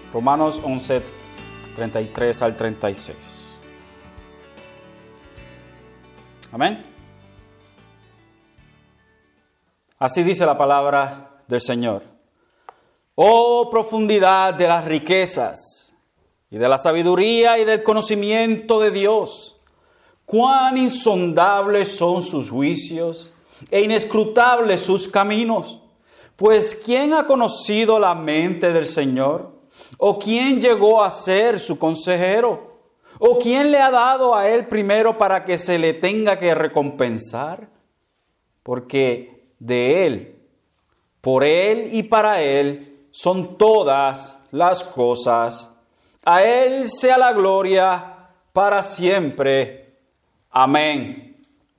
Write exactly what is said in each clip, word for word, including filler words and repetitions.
Romanos once, treinta y tres al treinta y seis. Amén. Así dice la palabra del Señor. Oh profundidad de las riquezas y de la sabiduría y del conocimiento de Dios. Cuán insondables son sus juicios e inescrutables sus caminos. Pues ¿quién ha conocido la mente del Señor? ¿O quién llegó a ser su consejero? ¿O quién le ha dado a él primero para que se le tenga que recompensar? Porque de él, por él y para él son todas las cosas. A él sea la gloria para siempre. Amén.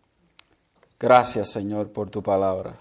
Gracias, Señor, por tu palabra.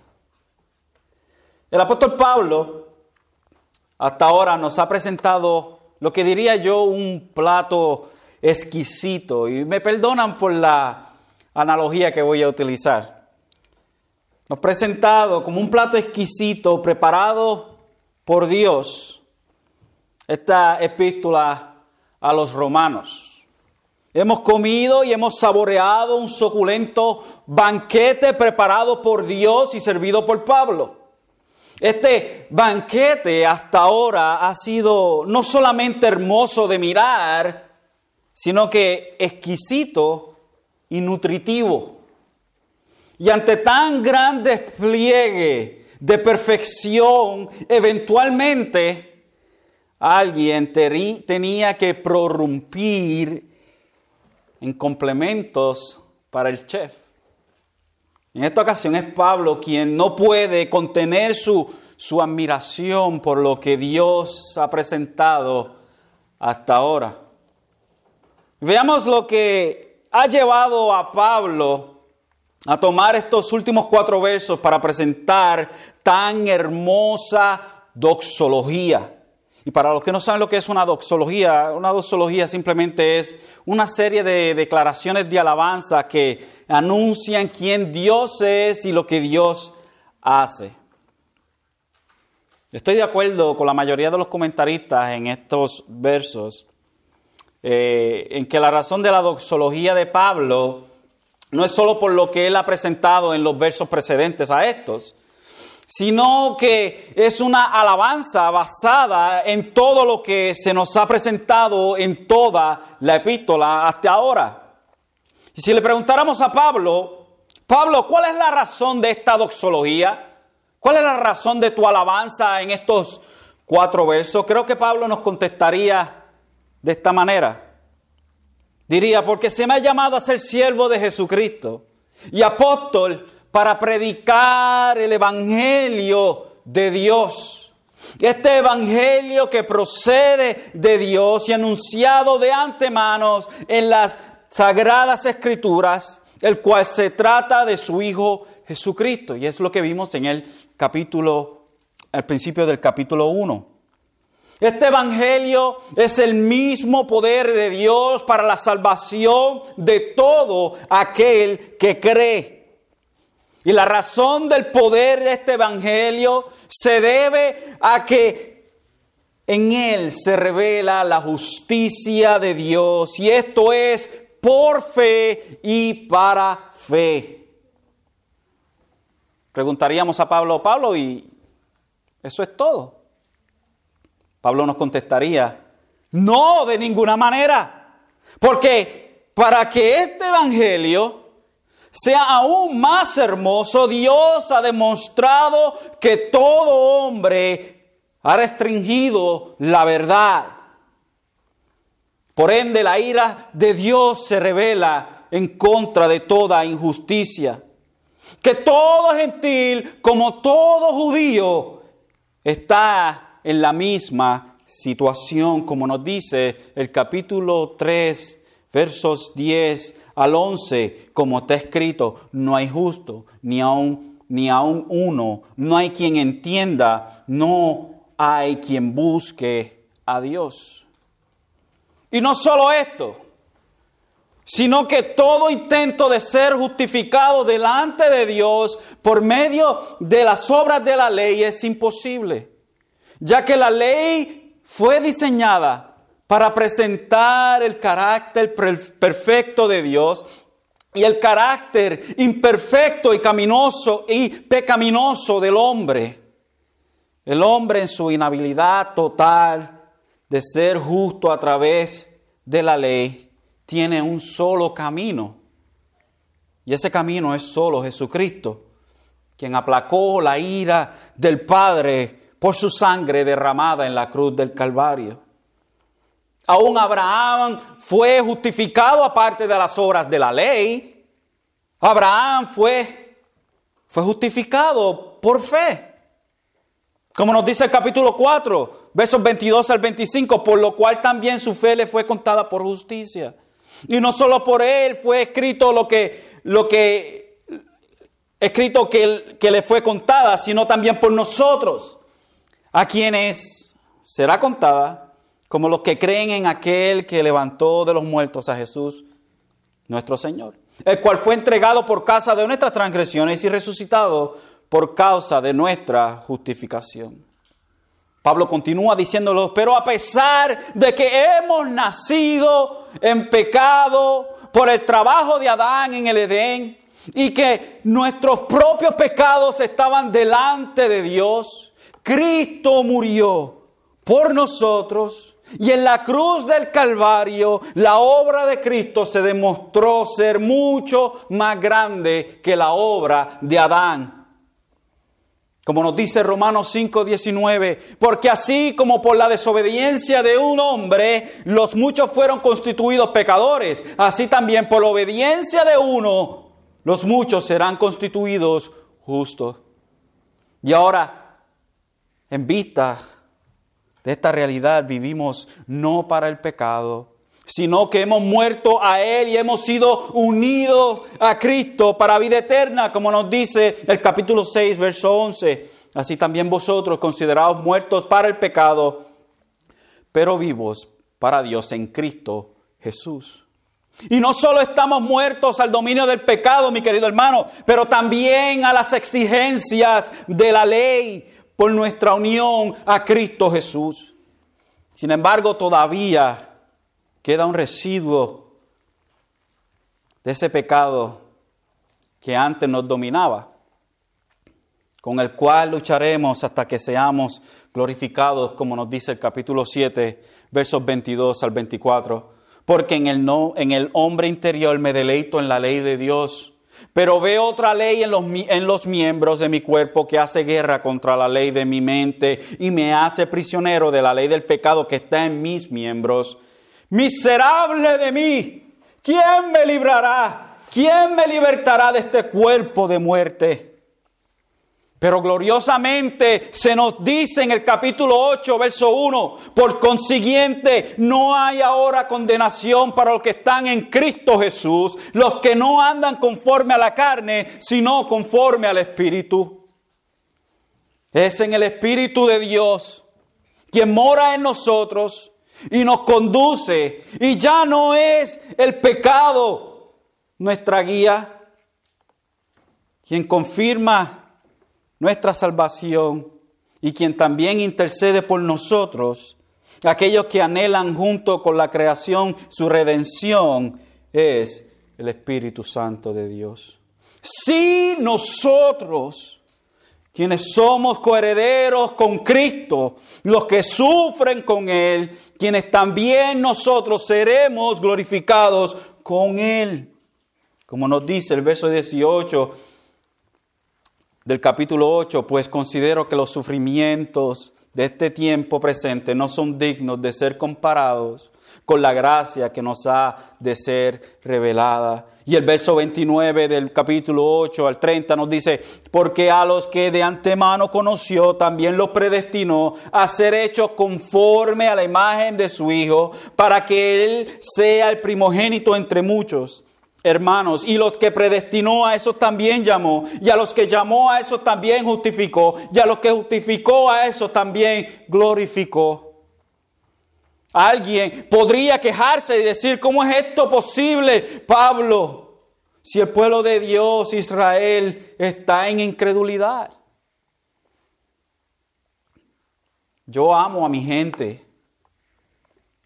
El apóstol Pablo hasta ahora nos ha presentado lo que diría yo un plato exquisito. Y me perdonan por la analogía que voy a utilizar. Nos ha presentado como un plato exquisito preparado por Dios esta epístola a los romanos. Hemos comido y hemos saboreado un suculento banquete preparado por Dios y servido por Pablo. Este banquete hasta ahora ha sido no solamente hermoso de mirar, sino que exquisito y nutritivo. Y ante tan gran despliegue de perfección, eventualmente alguien teri- tenía que prorrumpir en complementos para el chef. En esta ocasión es Pablo quien no puede contener su, su admiración por lo que Dios ha presentado hasta ahora. Veamos lo que ha llevado a Pablo a tomar estos últimos cuatro versos para presentar tan hermosa doxología. Y para los que no saben lo que es una doxología, una doxología simplemente es una serie de declaraciones de alabanza que anuncian quién Dios es y lo que Dios hace. Estoy de acuerdo con la mayoría de los comentaristas en estos versos, eh, en que la razón de la doxología de Pablo no es solo por lo que él ha presentado en los versos precedentes a estos, sino que es una alabanza basada en todo lo que se nos ha presentado en toda la epístola hasta ahora. Y si le preguntáramos a Pablo, Pablo, ¿cuál es la razón de esta doxología? ¿Cuál es la razón de tu alabanza en estos cuatro versos? Creo que Pablo nos contestaría de esta manera. Diría, porque se me ha llamado a ser siervo de Jesucristo y apóstol para predicar el evangelio de Dios. Este evangelio que procede de Dios y anunciado de antemano en las sagradas escrituras, el cual se trata de su Hijo Jesucristo. Y es lo que vimos en el capítulo, al principio del capítulo uno. Este evangelio es el mismo poder de Dios para la salvación de todo aquel que cree. Y la razón del poder de este evangelio se debe a que en él se revela la justicia de Dios. Y esto es por fe y para fe. Preguntaríamos a Pablo, Pablo, ¿y eso es todo? Pablo nos contestaría, no, de ninguna manera. Porque para que este evangelio sea aún más hermoso, Dios ha demostrado que todo hombre ha restringido la verdad. Por ende, la ira de Dios se revela en contra de toda injusticia. Que todo gentil, como todo judío, está en la misma situación, como nos dice el capítulo tres, versos diez al once, como está escrito, no hay justo, ni aun, ni aun uno, no hay quien entienda, no hay quien busque a Dios. Y no solo esto, sino que todo intento de ser justificado delante de Dios por medio de las obras de la ley es imposible, ya que la ley fue diseñada para presentar el carácter perfecto de Dios y el carácter imperfecto y caminoso y pecaminoso del hombre. El hombre en su inhabilidad total de ser justo a través de la ley tiene un solo camino. Y ese camino es solo Jesucristo, quien aplacó la ira del Padre por su sangre derramada en la cruz del Calvario. Aún Abraham fue justificado aparte de las obras de la ley. Abraham fue, fue justificado por fe. Como nos dice el capítulo cuatro, versos veintidós al veinticinco, por lo cual también su fe le fue contada por justicia. Y no solo por él fue escrito lo que, lo que, escrito que, que le fue contada, sino también por nosotros, a quienes será contada como los que creen en aquel que levantó de los muertos a Jesús, nuestro Señor, el cual fue entregado por causa de nuestras transgresiones y resucitado por causa de nuestra justificación. Pablo continúa diciéndolo, pero a pesar de que hemos nacido en pecado por el trabajo de Adán en el Edén y que nuestros propios pecados estaban delante de Dios, Cristo murió por nosotros y en la cruz del Calvario la obra de Cristo se demostró ser mucho más grande que la obra de Adán. Como nos dice Romanos cinco diecinueve, porque así como por la desobediencia de un hombre, los muchos fueron constituidos pecadores, así también por la obediencia de uno, los muchos serán constituidos justos. Y ahora, en vista de esta realidad, vivimos no para el pecado, sino que hemos muerto a Él y hemos sido unidos a Cristo para vida eterna, como nos dice el capítulo seis, verso once. Así también vosotros, considerados muertos para el pecado, pero vivos para Dios en Cristo Jesús. Y no solo estamos muertos al dominio del pecado, mi querido hermano, pero también a las exigencias de la ley por nuestra unión a Cristo Jesús. Sin embargo, todavía queda un residuo de ese pecado que antes nos dominaba, con el cual lucharemos hasta que seamos glorificados, como nos dice el capítulo siete, versos veintidós al veinticuatro. Porque en el, no, en el hombre interior me deleito en la ley de Dios, pero veo otra ley en los, en los miembros de mi cuerpo que hace guerra contra la ley de mi mente y me hace prisionero de la ley del pecado que está en mis miembros. Miserable de mí, ¿quién me librará? ¿Quién me libertará de este cuerpo de muerte? Pero gloriosamente se nos dice en el capítulo ocho, verso uno, por consiguiente no hay ahora condenación para los que están en Cristo Jesús, los que no andan conforme a la carne, sino conforme al Espíritu. Es en el Espíritu de Dios quien mora en nosotros y nos conduce, y ya no es el pecado nuestra guía, quien confirma nuestra salvación y quien también intercede por nosotros, aquellos que anhelan junto con la creación su redención, es el Espíritu Santo de Dios. Si nosotros, quienes somos coherederos con Cristo, los que sufren con Él, quienes también nosotros seremos glorificados con Él. Como nos dice el verso dieciocho del capítulo ocho, pues considero que los sufrimientos de este tiempo presente no son dignos de ser comparados con la gracia que nos ha de ser revelada. Y el verso veintinueve del capítulo ocho al treinta nos dice, porque a los que de antemano conoció, también los predestinó a ser hechos conforme a la imagen de su Hijo, para que Él sea el primogénito entre muchos hermanos. Y los que predestinó, a esos también llamó, y a los que llamó, a esos también justificó, y a los que justificó, a esos también glorificó. Alguien podría quejarse y decir, ¿cómo es esto posible, Pablo, si el pueblo de Dios, Israel, está en incredulidad? Yo amo a mi gente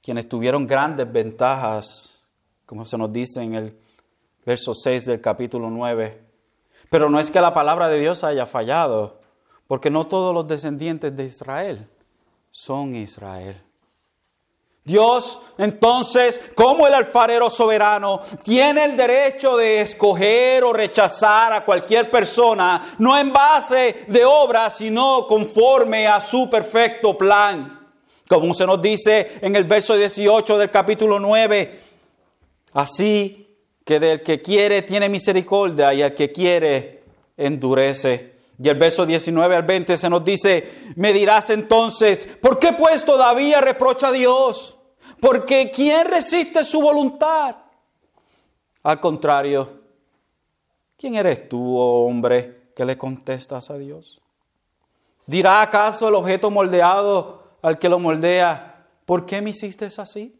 quienes tuvieron grandes ventajas, como se nos dice en el verso seis del capítulo nueve. Pero no es que la palabra de Dios haya fallado, porque no todos los descendientes de Israel son Israel. Dios, entonces, como el alfarero soberano, tiene el derecho de escoger o rechazar a cualquier persona, no en base de obras, sino conforme a su perfecto plan. Como se nos dice en el verso dieciocho del capítulo nueve, así que del que quiere tiene misericordia y al que quiere endurece. Y el verso diecinueve al veinte se nos dice, me dirás entonces, ¿por qué pues todavía reprocha a Dios? Porque ¿quién resiste su voluntad? Al contrario, ¿quién eres tú, oh hombre, que le contestas a Dios? ¿Dirá acaso el objeto moldeado al que lo moldea, ¿por qué me hiciste así?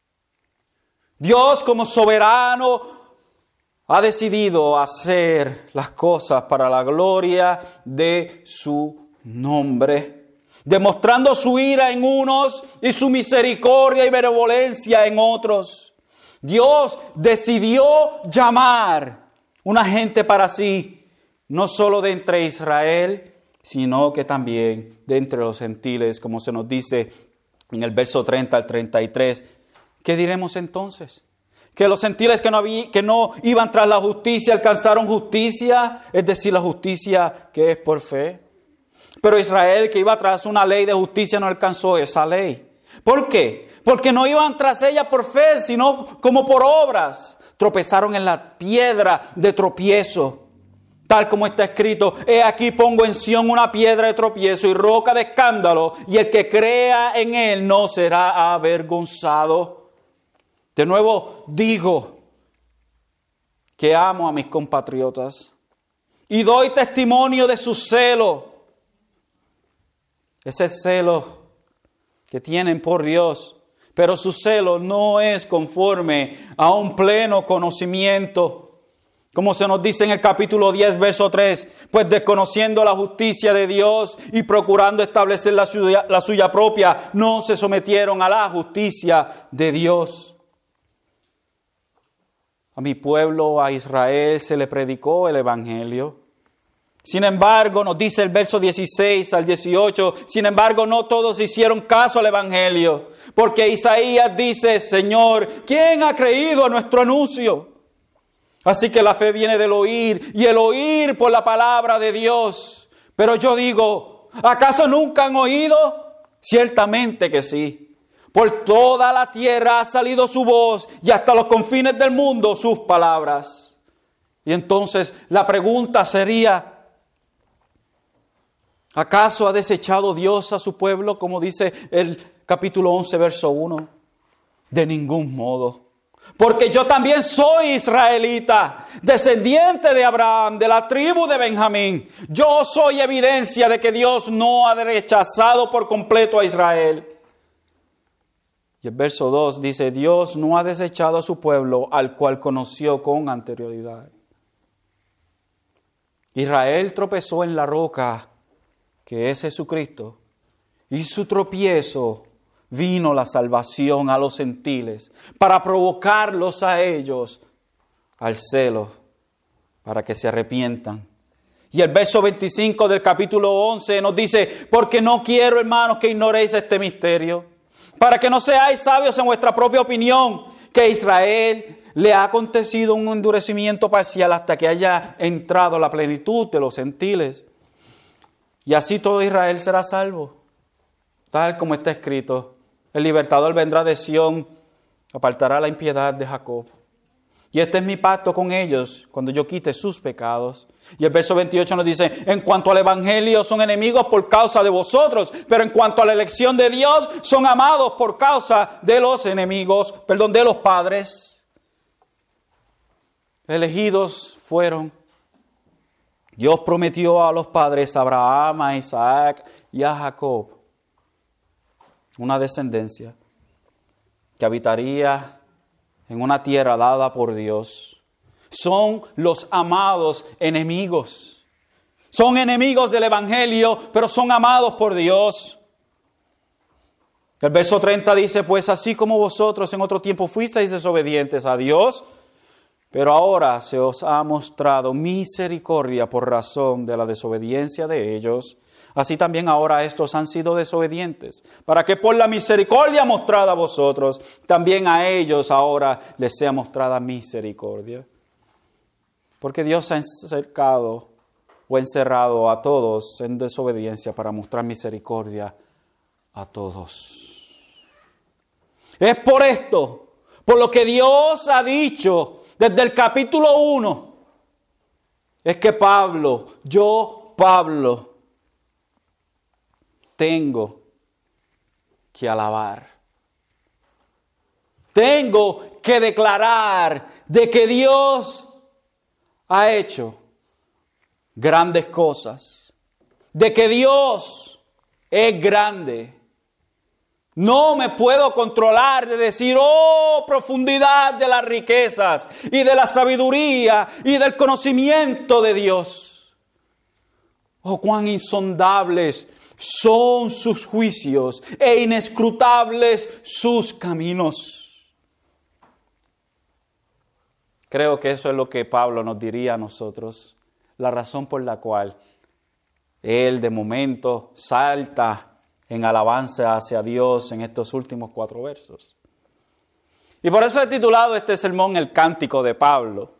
Dios, como soberano, ha decidido hacer las cosas para la gloria de su nombre, demostrando su ira en unos y su misericordia y benevolencia en otros. Dios decidió llamar una gente para sí, no solo de entre Israel, sino que también de entre los gentiles, como se nos dice en el verso treinta al treinta y tres. ¿Qué diremos entonces? Que los gentiles que no, había, que no iban tras la justicia alcanzaron justicia, es decir, la justicia que es por fe. Pero Israel, que iba tras una ley de justicia, no alcanzó esa ley. ¿Por qué? Porque no iban tras ella por fe, sino como por obras. Tropezaron en la piedra de tropiezo, tal como está escrito: he aquí pongo en Sión una piedra de tropiezo y roca de escándalo, y el que crea en él no será avergonzado. De nuevo digo que amo a mis compatriotas y doy testimonio de su celo. Ese celo que tienen por Dios, pero su celo no es conforme a un pleno conocimiento. Como se nos dice en el capítulo diez, verso tres, pues desconociendo la justicia de Dios y procurando establecer la suya, la suya propia, no se sometieron a la justicia de Dios. A mi pueblo, a Israel, se le predicó el evangelio. Sin embargo, nos dice el verso dieciséis al dieciocho, sin embargo, no todos hicieron caso al evangelio, porque Isaías dice: Señor, ¿quién ha creído a nuestro anuncio? Así que la fe viene del oír, y el oír por la palabra de Dios. Pero yo digo, ¿acaso nunca han oído? Ciertamente que sí. Por toda la tierra ha salido su voz, y hasta los confines del mundo sus palabras. Y entonces la pregunta sería: ¿acaso ha desechado Dios a su pueblo, como dice el capítulo once, verso uno? De ningún modo. Porque yo también soy israelita, descendiente de Abraham, de la tribu de Benjamín. Yo soy evidencia de que Dios no ha rechazado por completo a Israel. Y el verso dos dice: Dios no ha desechado a su pueblo, al cual conoció con anterioridad. Israel tropezó en la roca, que es Jesucristo, y su tropiezo vino la salvación a los gentiles, para provocarlos a ellos al celo, para que se arrepientan. Y el verso veinticinco del capítulo once nos dice: porque no quiero, hermanos, que ignoréis este misterio, para que no seáis sabios en vuestra propia opinión, que a Israel le ha acontecido un endurecimiento parcial hasta que haya entrado la plenitud de los gentiles. Y así todo Israel será salvo, tal como está escrito: el libertador vendrá de Sión, apartará la impiedad de Jacob. Y este es mi pacto con ellos, cuando yo quite sus pecados. Y el verso veintiocho nos dice: en cuanto al evangelio son enemigos por causa de vosotros, pero en cuanto a la elección de Dios son amados por causa de los enemigos, perdón, de los padres. Elegidos fueron. Dios prometió a los padres, a Abraham, a Isaac y a Jacob, una descendencia que habitaría en una tierra dada por Dios. Son los amados enemigos. Son enemigos del evangelio, pero son amados por Dios. El verso treinta dice, pues así como vosotros en otro tiempo fuisteis desobedientes a Dios, pero ahora se os ha mostrado misericordia por razón de la desobediencia de ellos, así también ahora estos han sido desobedientes, para que por la misericordia mostrada a vosotros, también a ellos ahora les sea mostrada misericordia. Porque Dios ha encercado o encerrado a todos en desobediencia para mostrar misericordia a todos. Es por esto, por lo que Dios ha dicho desde el capítulo uno, es que Pablo, yo Pablo, tengo que alabar. Tengo que declarar de que Dios ha hecho grandes cosas, de que Dios es grande. No me puedo controlar de decir, oh, profundidad de las riquezas y de la sabiduría y del conocimiento de Dios. Oh, cuán insondables son sus juicios e inescrutables sus caminos. Creo que eso es lo que Pablo nos diría a nosotros, la razón por la cual él de momento salta en alabanza hacia Dios en estos últimos cuatro versos. Y por eso he titulado este sermón El Cántico de Pablo.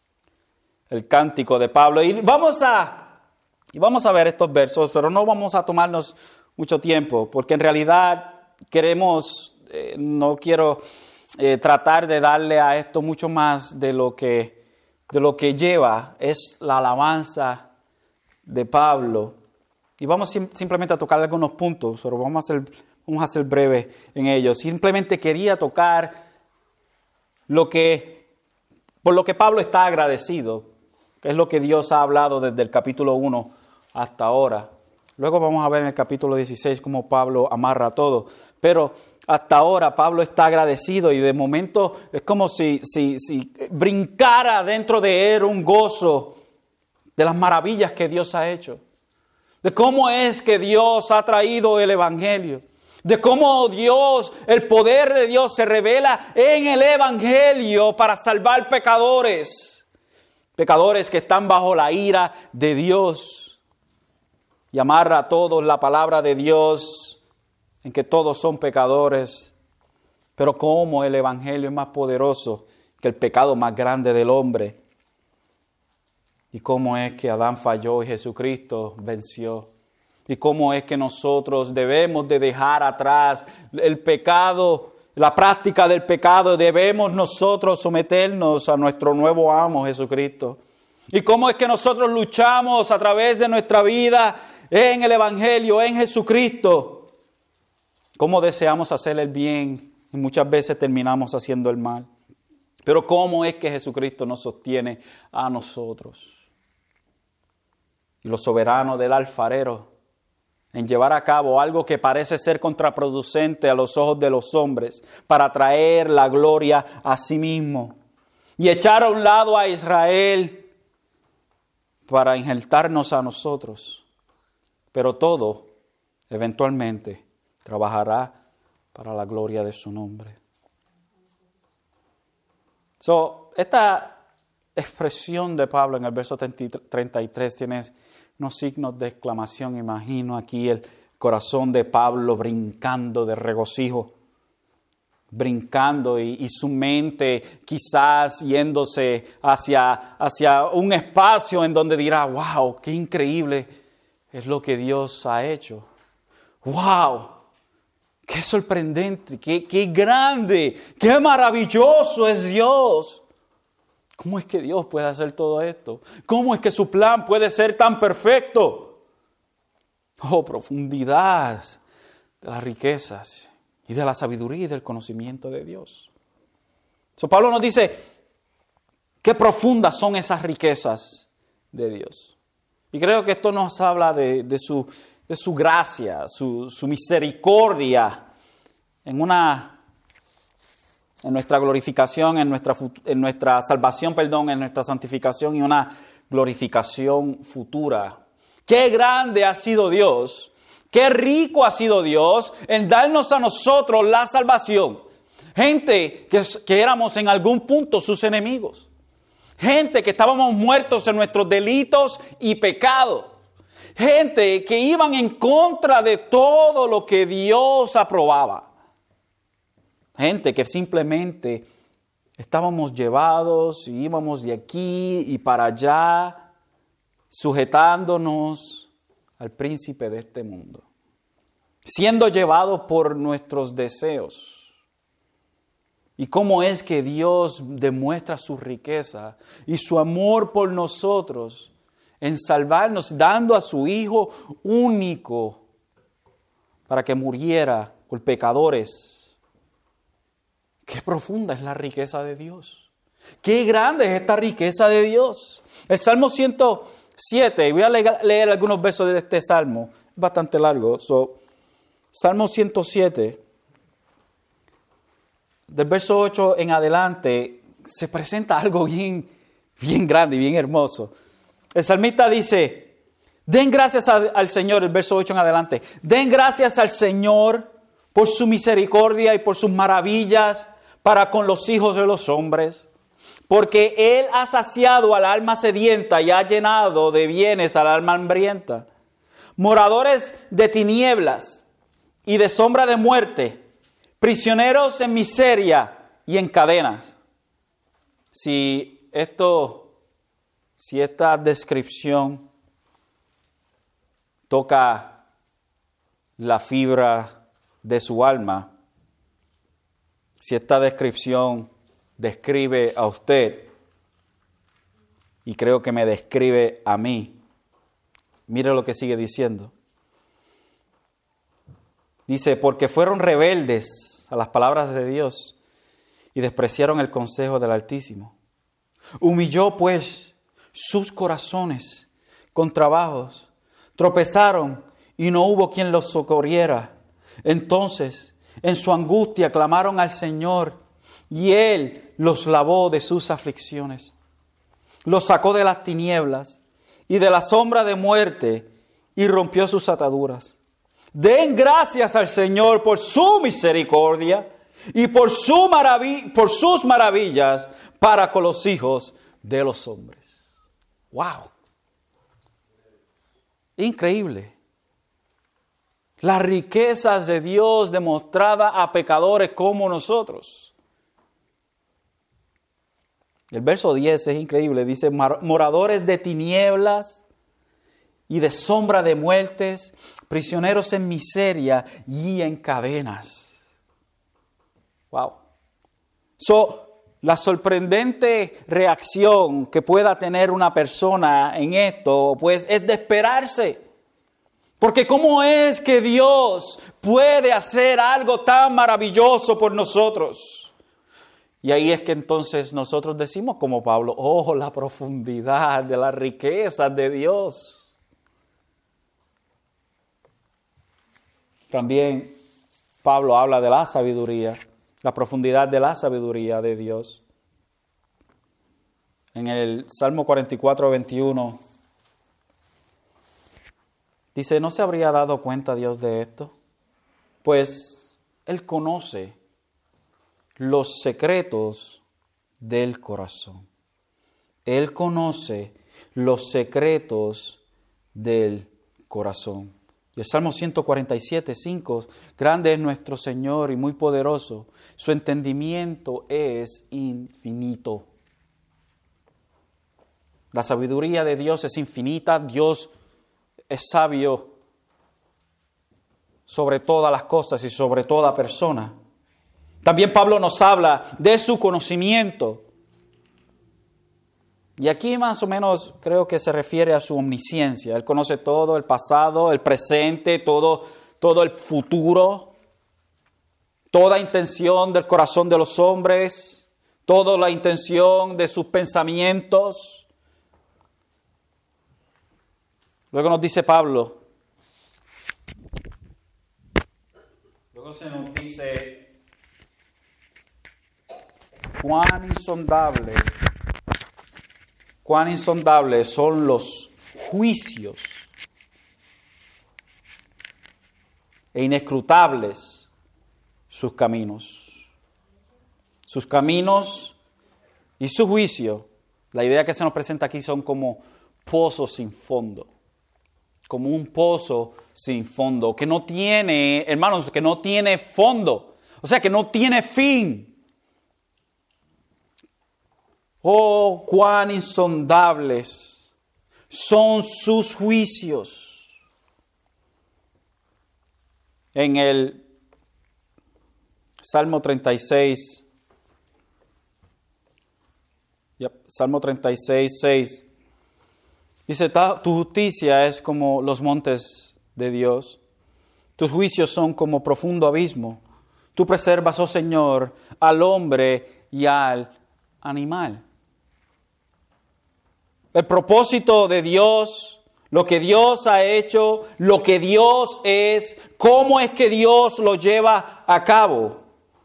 El Cántico de Pablo. Y vamos a, y vamos a ver estos versos, pero no vamos a tomarnos mucho tiempo, porque en realidad queremos, eh, no quiero eh, tratar de darle a esto mucho más de lo que, de lo que lleva, es la alabanza de Pablo. Y vamos sim- simplemente a tocar algunos puntos, pero vamos a, ser, vamos a ser breves en ellos. Simplemente quería tocar lo que, por lo que Pablo está agradecido, que es lo que Dios ha hablado desde el capítulo uno hasta ahora. Luego vamos a ver en el capítulo dieciséis cómo Pablo amarra todo. Pero hasta ahora Pablo está agradecido y de momento es como si, si, si brincara dentro de él un gozo de las maravillas que Dios ha hecho. De cómo es que Dios ha traído el Evangelio. De cómo Dios, el poder de Dios se revela en el Evangelio para salvar pecadores. Pecadores que están bajo la ira de Dios. Y amarra a todos la palabra de Dios en que todos son pecadores. Pero cómo el Evangelio es más poderoso que el pecado más grande del hombre. Y cómo es que Adán falló y Jesucristo venció. Y cómo es que nosotros debemos de dejar atrás el pecado, la práctica del pecado. Debemos nosotros someternos a nuestro nuevo amo Jesucristo. Y cómo es que nosotros luchamos a través de nuestra vida en el Evangelio, en Jesucristo. Cómo deseamos hacer el bien y muchas veces terminamos haciendo el mal. Pero cómo es que Jesucristo nos sostiene a nosotros. Y lo soberano del alfarero en llevar a cabo algo que parece ser contraproducente a los ojos de los hombres para traer la gloria a sí mismo y echar a un lado a Israel para injertarnos a nosotros. Pero todo eventualmente trabajará para la gloria de su nombre. So, esta expresión de Pablo en el verso treinta y tres tiene unos signos de exclamación. Imagino aquí el corazón de Pablo brincando de regocijo, brincando y, y su mente quizás yéndose hacia, hacia un espacio en donde dirá, wow, qué increíble es lo que Dios ha hecho. Wow, qué sorprendente, qué, qué grande, qué maravilloso es Dios. ¿Cómo es que Dios puede hacer todo esto? ¿Cómo es que su plan puede ser tan perfecto? Oh, profundidad de las riquezas y de la sabiduría y del conocimiento de Dios. So, Pablo nos dice, qué profundas son esas riquezas de Dios. Y creo que esto nos habla de, de, su, de su gracia, su, su misericordia en una... en nuestra glorificación, en nuestra, en nuestra salvación, perdón, en nuestra santificación y una glorificación futura. Qué grande ha sido Dios Qué rico ha sido Dios en darnos a nosotros la salvación. Gente que, que éramos en algún punto sus enemigos. Gente que estábamos muertos en nuestros delitos y pecados. Gente que iban en contra de todo lo que Dios aprobaba. Gente que simplemente estábamos llevados y íbamos de aquí y para allá, sujetándonos al príncipe de este mundo. Siendo llevados por nuestros deseos. Y cómo es que Dios demuestra su riqueza y su amor por nosotros en salvarnos, dando a su Hijo único para que muriera por pecadores. Qué profunda es la riqueza de Dios. Qué grande es esta riqueza de Dios. El Salmo ciento siete, voy a leer, leer algunos versos de este Salmo, es bastante largo. So, Salmo ciento siete. Del verso ocho en adelante se presenta algo bien, bien grande y bien hermoso. El salmista dice, den gracias a, al Señor, el verso ocho en adelante, den gracias al Señor por su misericordia y por sus maravillas para con los hijos de los hombres, porque Él ha saciado al alma sedienta y ha llenado de bienes al alma hambrienta. Moradores de tinieblas y de sombra de muerte, prisioneros en miseria y en cadenas. Si esto, si esta descripción toca la fibra de su alma, si esta descripción describe a usted, y creo que me describe a mí, mire lo que sigue diciendo. Dice, porque fueron rebeldes a las palabras de Dios y despreciaron el consejo del Altísimo. Humilló pues sus corazones con trabajos. Tropezaron y no hubo quien los socorriera. Entonces, en su angustia clamaron al Señor y Él los lavó de sus aflicciones. Los sacó de las tinieblas y de la sombra de muerte y rompió sus ataduras. Den gracias al Señor por su misericordia y por, su marav- por sus maravillas para con los hijos de los hombres. ¡Wow! Increíble. Las riquezas de Dios demostradas a pecadores como nosotros. El verso diez es increíble. Dice, moradores de tinieblas y de sombra de muertes, prisioneros en miseria y en cadenas. Wow. So, la sorprendente reacción que pueda tener una persona en esto, pues, es de esperarse. Porque ¿cómo es que Dios puede hacer algo tan maravilloso por nosotros? Y ahí es que entonces nosotros decimos como Pablo, oh, la profundidad de las riquezas de Dios. También Pablo habla de la sabiduría, la profundidad de la sabiduría de Dios. En el Salmo cuarenta y cuatro, veintiuno, dice, ¿no se habría dado cuenta Dios de esto? Pues Él conoce los secretos del corazón. Él conoce los secretos del corazón. Y el Salmo ciento cuarenta y siete, cinco, grande es nuestro Señor y muy poderoso. Su entendimiento es infinito. La sabiduría de Dios es infinita. Dios es sabio sobre todas las cosas y sobre toda persona. También Pablo nos habla de su conocimiento. Y aquí más o menos creo que se refiere a su omnisciencia. Él conoce todo, el pasado, el presente, todo, todo el futuro, toda intención del corazón de los hombres, toda la intención de sus pensamientos. Luego nos dice Pablo, luego se nos dice cuán insondable Cuán insondables son los juicios e inescrutables sus caminos. Sus caminos y su juicio, la idea que se nos presenta aquí son como pozos sin fondo. Como un pozo sin fondo, que no tiene, hermanos, que no tiene fondo. O sea, que no tiene fin. Oh, cuán insondables son sus juicios. En el Salmo treinta y seis, yep, Salmo treinta y seis, seis, dice, tu justicia es como los montes de Dios, tus juicios son como profundo abismo. Tú preservas, oh Señor, al hombre y al animal. El propósito de Dios, lo que Dios ha hecho, lo que Dios es, cómo es que Dios lo lleva a cabo,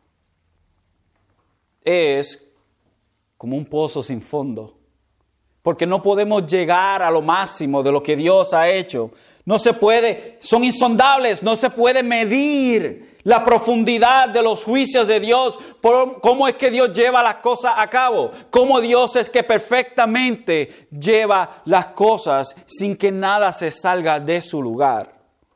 es como un pozo sin fondo. Porque no podemos llegar a lo máximo de lo que Dios ha hecho. No se puede, son insondables, no se puede medir la profundidad de los juicios de Dios, por cómo es que Dios lleva las cosas a cabo, cómo Dios es que perfectamente lleva las cosas sin que nada se salga de su lugar.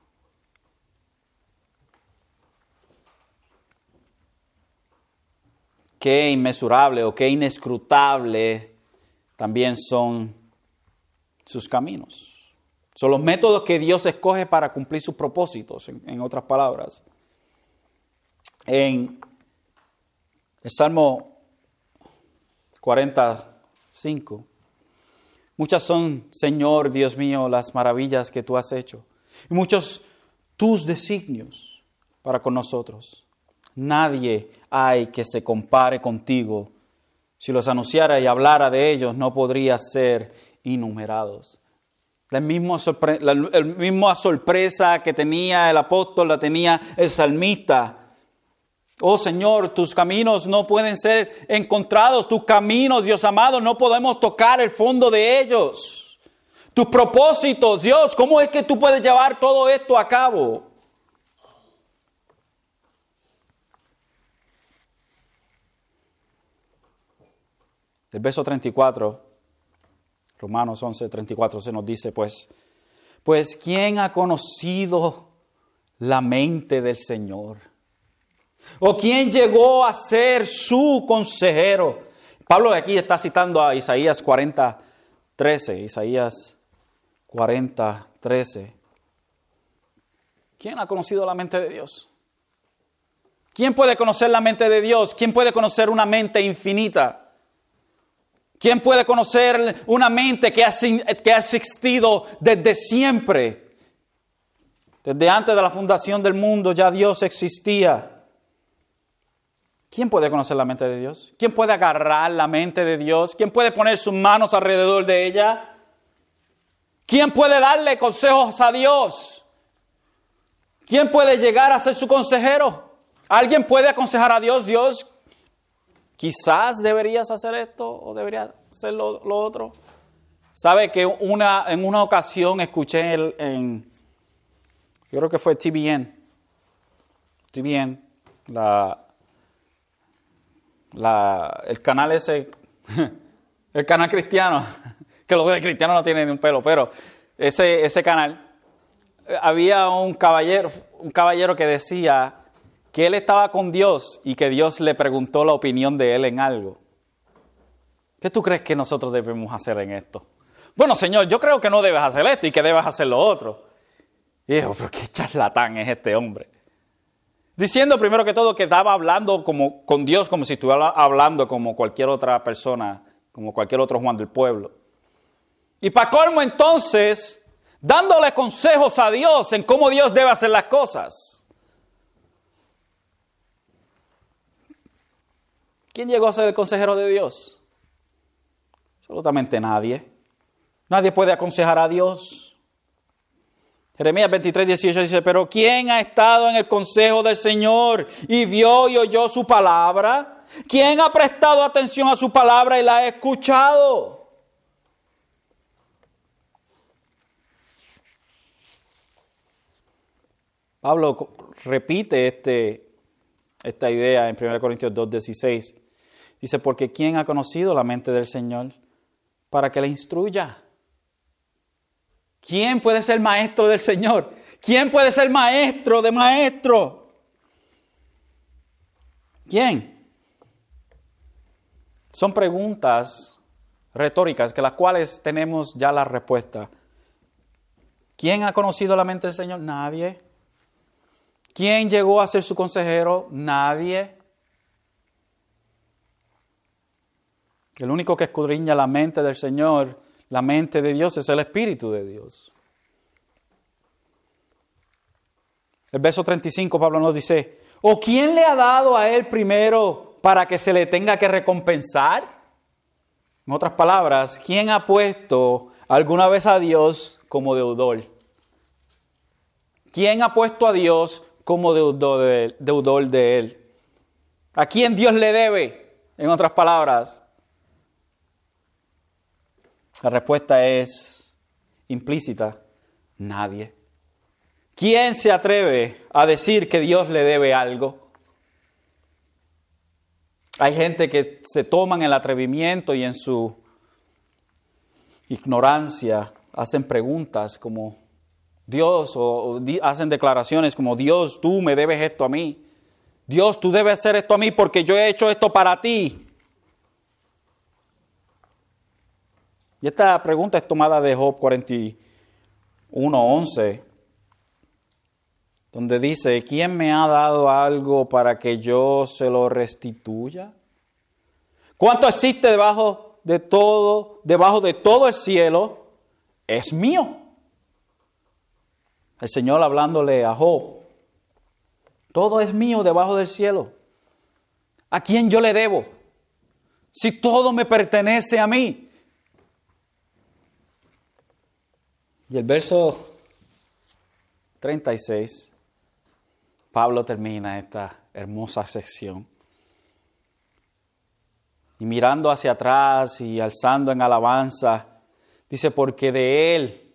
Qué inmesurable o qué inescrutable también son sus caminos. Son los métodos que Dios escoge para cumplir sus propósitos, en, en otras palabras. En el Salmo cuarenta y cinco, muchas son, Señor Dios mío, las maravillas que tú has hecho, y muchos tus designios para con nosotros. Nadie hay que se compare contigo. Si los anunciara y hablara de ellos, no podría ser innumerados. La misma, sorpre- la, la misma sorpresa que tenía el apóstol la tenía el salmista. Oh Señor, tus caminos no pueden ser encontrados. Tus caminos, Dios amado, no podemos tocar el fondo de ellos. Tus propósitos, Dios, ¿cómo es que tú puedes llevar todo esto a cabo? Del verso treinta y cuatro, Romanos once, treinta y cuatro, se nos dice, pues, pues ¿quién ha conocido la mente del Señor? ¿O quién llegó a ser su consejero? Pablo aquí está citando a Isaías cuarenta, trece, Isaías cuarenta, trece. ¿Quién ha conocido la mente de Dios? ¿Quién puede conocer la mente de Dios? ¿Quién puede conocer una mente infinita? ¿Quién puede conocer una mente que ha, que ha existido desde siempre? Desde antes de la fundación del mundo ya Dios existía. ¿Quién puede conocer la mente de Dios? ¿Quién puede agarrar la mente de Dios? ¿Quién puede poner sus manos alrededor de ella? ¿Quién puede darle consejos a Dios? ¿Quién puede llegar a ser su consejero? ¿Alguien puede aconsejar a Dios? Dios, quizás deberías hacer esto o deberías hacer lo, lo otro. ¿Sabe que una, en una ocasión escuché el, en, yo creo que fue T B N, T B N, la, la, el canal ese, el canal cristiano, que los de cristianos no tienen ni un pelo, pero ese, ese canal, había un caballero, un caballero que decía que él estaba con Dios y que Dios le preguntó la opinión de él en algo. ¿Qué tú crees que nosotros debemos hacer en esto? Bueno, Señor, yo creo que no debes hacer esto y que debes hacer lo otro. Y dijo, pero qué charlatán es este hombre. Diciendo primero que todo que estaba hablando como, con Dios como si estuviera hablando como cualquier otra persona, como cualquier otro Juan del pueblo. Y para colmo entonces, dándole consejos a Dios en cómo Dios debe hacer las cosas. ¿Quién llegó a ser el consejero de Dios? Absolutamente nadie. Nadie puede aconsejar a Dios. Jeremías veintitrés, dieciocho dice, pero ¿quién ha estado en el consejo del Señor y vio y oyó su palabra? ¿Quién ha prestado atención a su palabra y la ha escuchado? Pablo repite este, esta idea en primera Corintios dos dieciséis. Dice, porque ¿quién ha conocido la mente del Señor para que le instruya? ¿Quién puede ser maestro del Señor? ¿Quién puede ser maestro de maestro? ¿Quién? Son preguntas retóricas que las cuales tenemos ya la respuesta. ¿Quién ha conocido la mente del Señor? Nadie. ¿Quién llegó a ser su consejero? Nadie. El único que escudriña la mente del Señor, la mente de Dios, es el Espíritu de Dios. El verso treinta y cinco, Pablo nos dice, ¿o quién le ha dado a él primero para que se le tenga que recompensar? En otras palabras, ¿quién ha puesto alguna vez a Dios como deudor? ¿Quién ha puesto a Dios como deudor de él? Deudor de él? ¿A quién Dios le debe? En otras palabras, la respuesta es implícita, nadie. ¿Quién se atreve a decir que Dios le debe algo? Hay gente que se toman el atrevimiento y en su ignorancia hacen preguntas como Dios, o, o di, hacen declaraciones como Dios, tú me debes esto a mí. Dios, tú debes hacer esto a mí porque yo he hecho esto para ti. Y esta pregunta es tomada de Job cuarenta y uno once, donde dice, ¿quién me ha dado algo para que yo se lo restituya? ¿Cuánto existe debajo de todo, debajo de todo el cielo? Es mío. El Señor hablándole a Job, todo es mío debajo del cielo. ¿A quién yo le debo? Si todo me pertenece a mí. Y el verso treinta y seis, Pablo termina esta hermosa sección. Y mirando hacia atrás y alzando en alabanza, dice, porque de Él,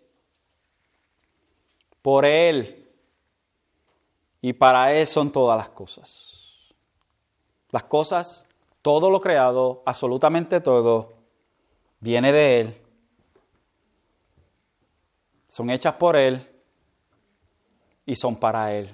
por Él y para Él son todas las cosas. Las cosas, todo lo creado, absolutamente todo, viene de Él. Son hechas por Él y son para Él.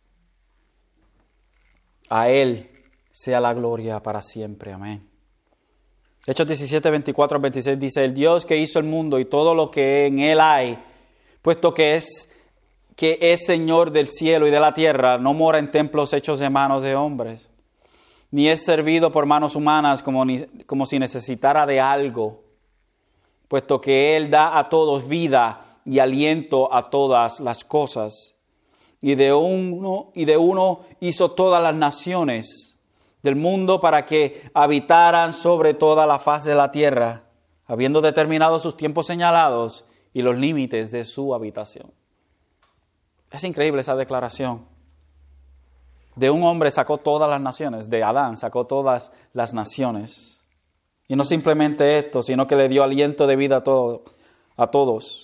A Él sea la gloria para siempre. Amén. Hechos diecisiete, veinticuatro al veintiséis dice, el Dios que hizo el mundo y todo lo que en Él hay, puesto que es, que es Señor del cielo y de la tierra, no mora en templos hechos de manos de hombres, ni es servido por manos humanas como, ni, como si necesitara de algo, puesto que Él da a todos vida y aliento a todas las cosas. Y de uno, y de uno hizo todas las naciones del mundo para que habitaran sobre toda la faz de la tierra, habiendo determinado sus tiempos señalados y los límites de su habitación. Es increíble esa declaración. De un hombre sacó todas las naciones, de Adán sacó todas las naciones. Y no simplemente esto, sino que le dio aliento de vida a, todo, a todos.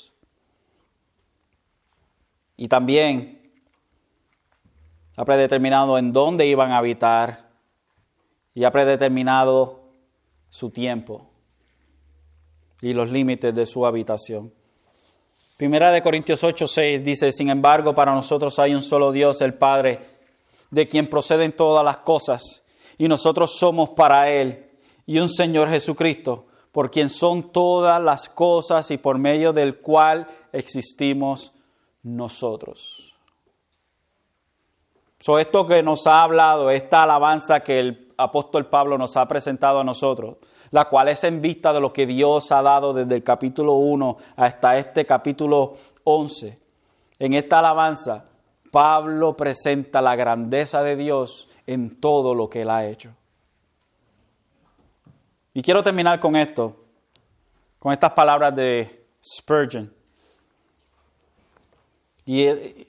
Y también ha predeterminado en dónde iban a habitar y ha predeterminado su tiempo y los límites de su habitación. Primera de Corintios ocho, seis dice, sin embargo, para nosotros hay un solo Dios, el Padre, de quien proceden todas las cosas, y nosotros somos para Él, y un Señor Jesucristo, por quien son todas las cosas y por medio del cual existimos nosotros. So, esto que nos ha hablado, esta alabanza que el apóstol Pablo nos ha presentado a nosotros, la cual es en vista de lo que Dios ha dado desde el capítulo uno hasta este capítulo once. En esta alabanza, Pablo presenta la grandeza de Dios en todo lo que Él ha hecho. Y quiero terminar con esto, con estas palabras de Spurgeon. Y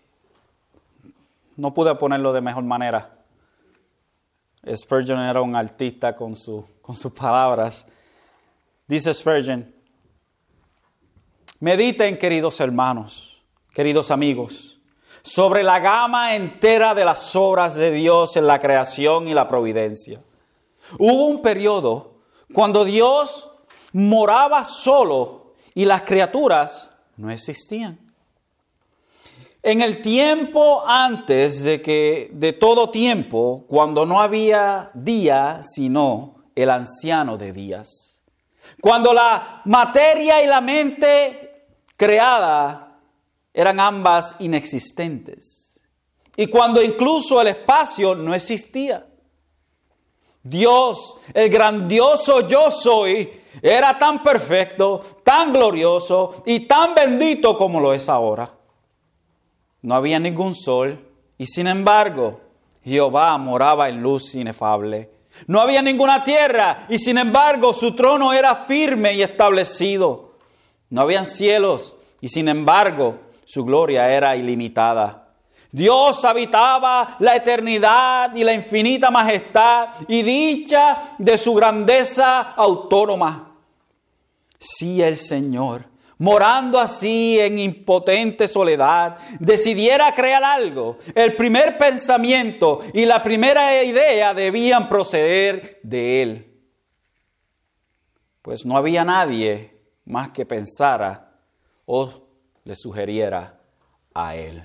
no pude ponerlo de mejor manera. Spurgeon era un artista con, su, con sus palabras. Dice Spurgeon, mediten, queridos hermanos, queridos amigos, sobre la gama entera de las obras de Dios en la creación y la providencia. Hubo un periodo cuando Dios moraba solo y las criaturas no existían. En el tiempo antes de que de todo tiempo, cuando no había día sino el anciano de días, cuando la materia y la mente creada eran ambas inexistentes, y cuando incluso el espacio no existía. Dios, el grandioso yo soy, era tan perfecto, tan glorioso y tan bendito como lo es ahora. No había ningún sol y sin embargo Jehová moraba en luz inefable. No había ninguna tierra y sin embargo su trono era firme y establecido. No habían cielos y sin embargo su gloria era ilimitada. Dios habitaba la eternidad y la infinita majestad y dicha de su grandeza autónoma. Si el Señor, morando así en impotente soledad, decidiera crear algo, el primer pensamiento y la primera idea debían proceder de Él. Pues no había nadie más que pensara o le sugiriera a Él.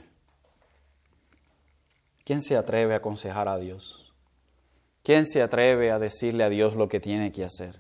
¿Quién se atreve a aconsejar a Dios? ¿Quién se atreve a decirle a Dios lo que tiene que hacer?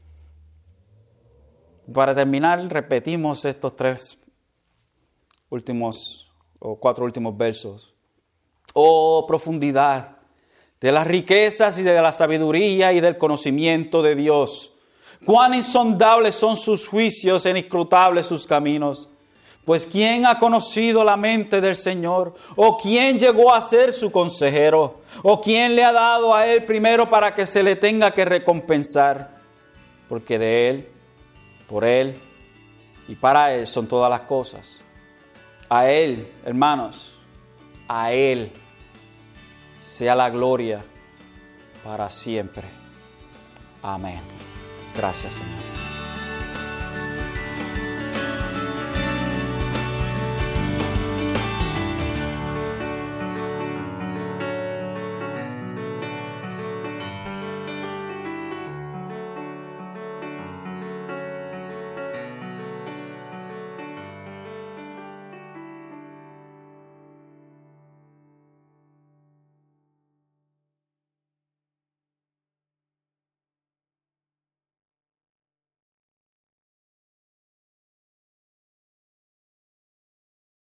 Para terminar, repetimos estos tres últimos o cuatro últimos versos. Oh, profundidad de las riquezas y de la sabiduría y del conocimiento de Dios. Cuán insondables son sus juicios e inescrutables sus caminos. Pues ¿quién ha conocido la mente del Señor? ¿O quién llegó a ser su consejero? ¿O quién le ha dado a Él primero para que se le tenga que recompensar? Porque de Él, por Él y para Él son todas las cosas. A Él, hermanos, a Él sea la gloria para siempre. Amén. Gracias, Señor.